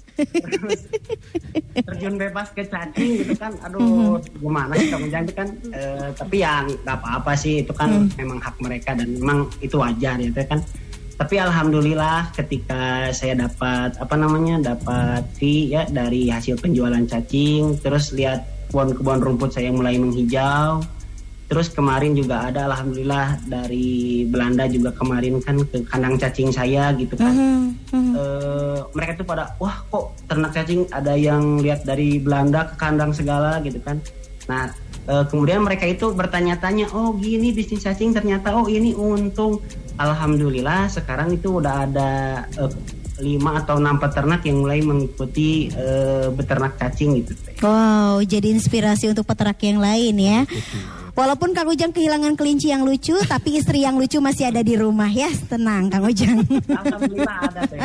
terjun bebas ke cacing gitu kan. Aduh, gimana sih Kang Ujang itu kan e, tapi yang nggak apa-apa sih, itu kan hmm. memang hak mereka dan memang itu wajar ya kan. Tapi alhamdulillah ketika saya dapat apa namanya dapat fee ya dari hasil penjualan cacing, terus lihat kebun-kebun rumput saya mulai menghijau. Terus kemarin juga ada alhamdulillah dari Belanda juga kemarin kan ke kandang cacing saya gitu kan. Uh-huh, uh-huh. E, mereka tuh pada wah kok ternak cacing ada yang lihat dari Belanda ke kandang segala gitu kan. Nah e, kemudian mereka itu bertanya-tanya, oh gini bisnis cacing ternyata, oh ini untung. Alhamdulillah sekarang itu udah ada e, lima atau enam peternak yang mulai mengikuti e, beternak cacing gitu. Wow, jadi inspirasi untuk peternak yang lain ya. Walaupun Kang Ujang kehilangan kelinci yang lucu, tapi istri yang lucu masih ada di rumah ya. Tenang Kang Ujang. Alhamdulillah ada teh.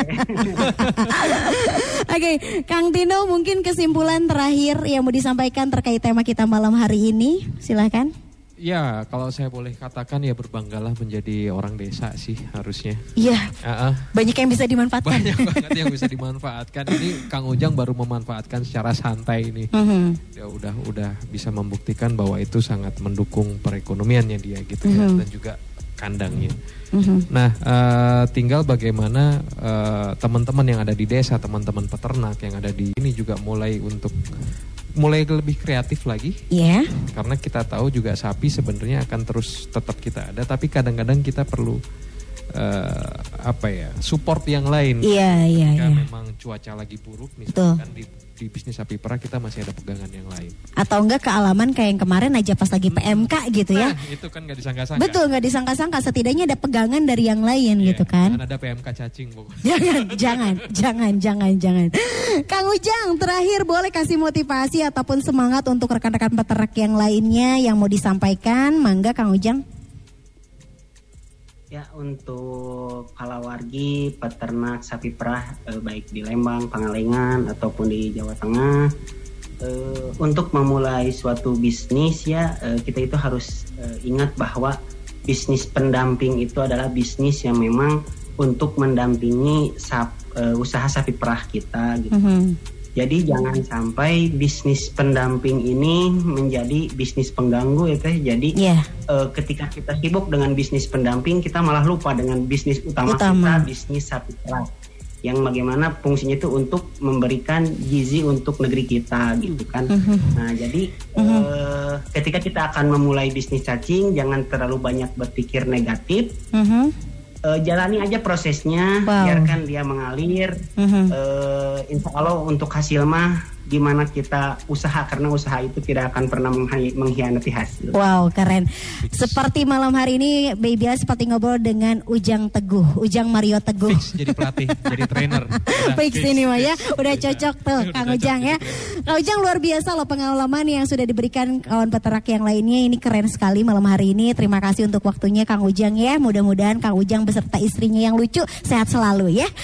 Oke, okay, Kang Tino mungkin kesimpulan terakhir yang mau disampaikan terkait tema kita malam hari ini, silakan. Ya, kalau saya boleh katakan ya berbanggalah menjadi orang desa sih harusnya. Iya. Uh-uh. Banyak yang bisa dimanfaatkan. Banyak banget yang bisa dimanfaatkan. Ini Kang Ujang baru memanfaatkan secara santai ini. Uh-huh. Ya udah udah bisa membuktikan bahwa itu sangat mendukung perekonomiannya dia gitu uh-huh. ya, dan juga kandangnya. Uh-huh. Nah, uh, tinggal bagaimana uh, teman-teman yang ada di desa, teman-teman peternak yang ada di ini juga mulai untuk mulai lebih kreatif lagi, yeah. Karena kita tahu juga sapi sebenarnya akan terus tetap kita ada, tapi kadang-kadang kita perlu uh, apa ya support yang lain. Iya iya. Jika yeah. memang cuaca lagi buruk, misalkan di, di bisnis sapi perah kita masih ada pegangan yang lain. Atau enggak kealaman kayak yang kemarin aja pas lagi P M K gitu ya? Nah, itu kan nggak disangka-sangka. Betul, nggak disangka-sangka. Setidaknya ada pegangan dari yang lain yeah, gitu kan? Jangan ada P M K cacing pokoknya. Jangan, jangan, jangan, jangan, jangan. Kang Ujang, terakhir boleh kasih motivasi ataupun semangat untuk rekan-rekan peternak yang lainnya yang mau disampaikan, mangga Kang Ujang. Ya untuk kalawargi peternak sapi perah eh, baik di Lembang, Pangalengan ataupun di Jawa Tengah eh, untuk memulai suatu bisnis ya eh, kita itu harus eh, ingat bahwa bisnis pendamping itu adalah bisnis yang memang untuk mendampingi sap, eh, usaha sapi perah kita gitu. Mm-hmm. Jadi jangan sampai bisnis pendamping ini menjadi bisnis pengganggu ya teh. Jadi yeah. uh, ketika kita sibuk dengan bisnis pendamping, kita malah lupa dengan bisnis utama, utama. kita, bisnis sapi perah. Yang bagaimana fungsinya itu untuk memberikan gizi untuk negeri kita gitu kan. Uh-huh. Nah jadi uh-huh. uh, ketika kita akan memulai bisnis cacing, jangan terlalu banyak berpikir negatif. Uh-huh. Uh, jalani aja prosesnya, wow. biarkan dia mengalir. Uh-huh. Uh, insya Allah untuk hasil mah gimana kita usaha, karena usaha itu tidak akan pernah menghi- mengkhianati hasil. Wow, keren. Seperti malam hari ini Baby Al seperti ngobrol dengan Ujang Teguh, Ujang Mario Teguh. Fix jadi pelatih, jadi trainer. Fix ini mah ya, udah cocok tuh Kang Ujang ya. Kang Ujang luar biasa loh pengalaman yang sudah diberikan kawan peternak yang lainnya, ini keren sekali malam hari ini. Terima kasih untuk waktunya Kang Ujang ya. Mudah-mudahan Kang Ujang beserta istrinya yang lucu sehat selalu ya.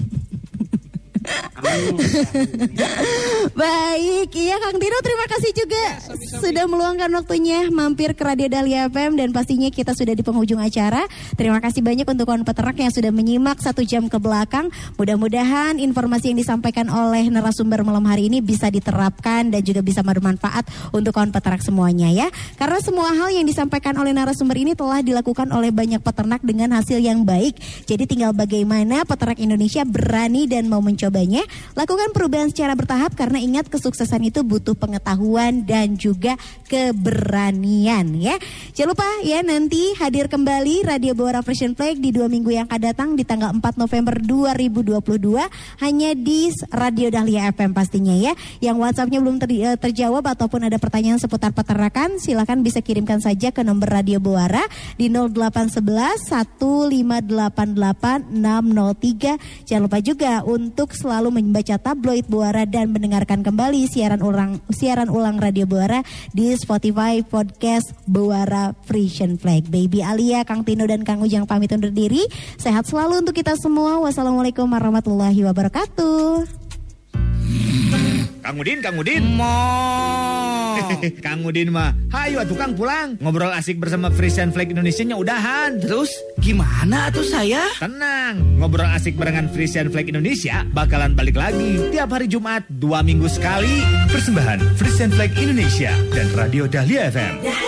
Baik, iya Kang Tino terima kasih juga ya, sami-sami. Sudah meluangkan waktunya mampir ke Radio Dahlia F M dan pastinya kita sudah di penghujung acara. Terima kasih banyak untuk kawan peternak yang sudah menyimak satu jam ke belakang. Mudah-mudahan informasi yang disampaikan oleh narasumber malam hari ini bisa diterapkan dan juga bisa bermanfaat untuk kawan peternak semuanya ya. Karena semua hal yang disampaikan oleh narasumber ini telah dilakukan oleh banyak peternak dengan hasil yang baik. Jadi tinggal bagaimana peternak Indonesia berani dan mau mencoba mencoba-cobanya. Lakukan perubahan secara bertahap karena ingat kesuksesan itu butuh pengetahuan dan juga keberanian ya. Jangan lupa ya nanti hadir kembali Radio Bawara Frisian Flag di dua minggu yang akan datang di tanggal empat November dua ribu dua puluh dua hanya di Radio Dahlia F M pastinya ya. Yang WhatsApp-nya belum ter- terjawab ataupun ada pertanyaan seputar peternakan, silakan bisa kirimkan saja ke nomor Radio Bawara di nol delapan satu satu satu lima delapan delapan enam nol tiga. Jangan lupa juga untuk selalu membaca tabloid Bawara dan mendengarkan kembali siaran ulang siaran ulang Radio Bawara di Spotify Podcast Bawara Frisian Flag. Baby Alia, Kang Tino dan Kang Ujang pamit undur diri. Sehat selalu untuk kita semua. Wassalamualaikum warahmatullahi wabarakatuh. Kang Udin, Kang Udin. Mo. Kang Udin mah, hayu atuh Kang pulang. Ngobrol asik bersama Frisian Flag Indonesia-nya udahan. Terus gimana tuh saya? Tenang, ngobrol asik barengan Frisian Flag Indonesia bakalan balik lagi tiap hari Jumat dua minggu sekali. Persembahan Frisian Flag Indonesia dan Radio Dahlia F M.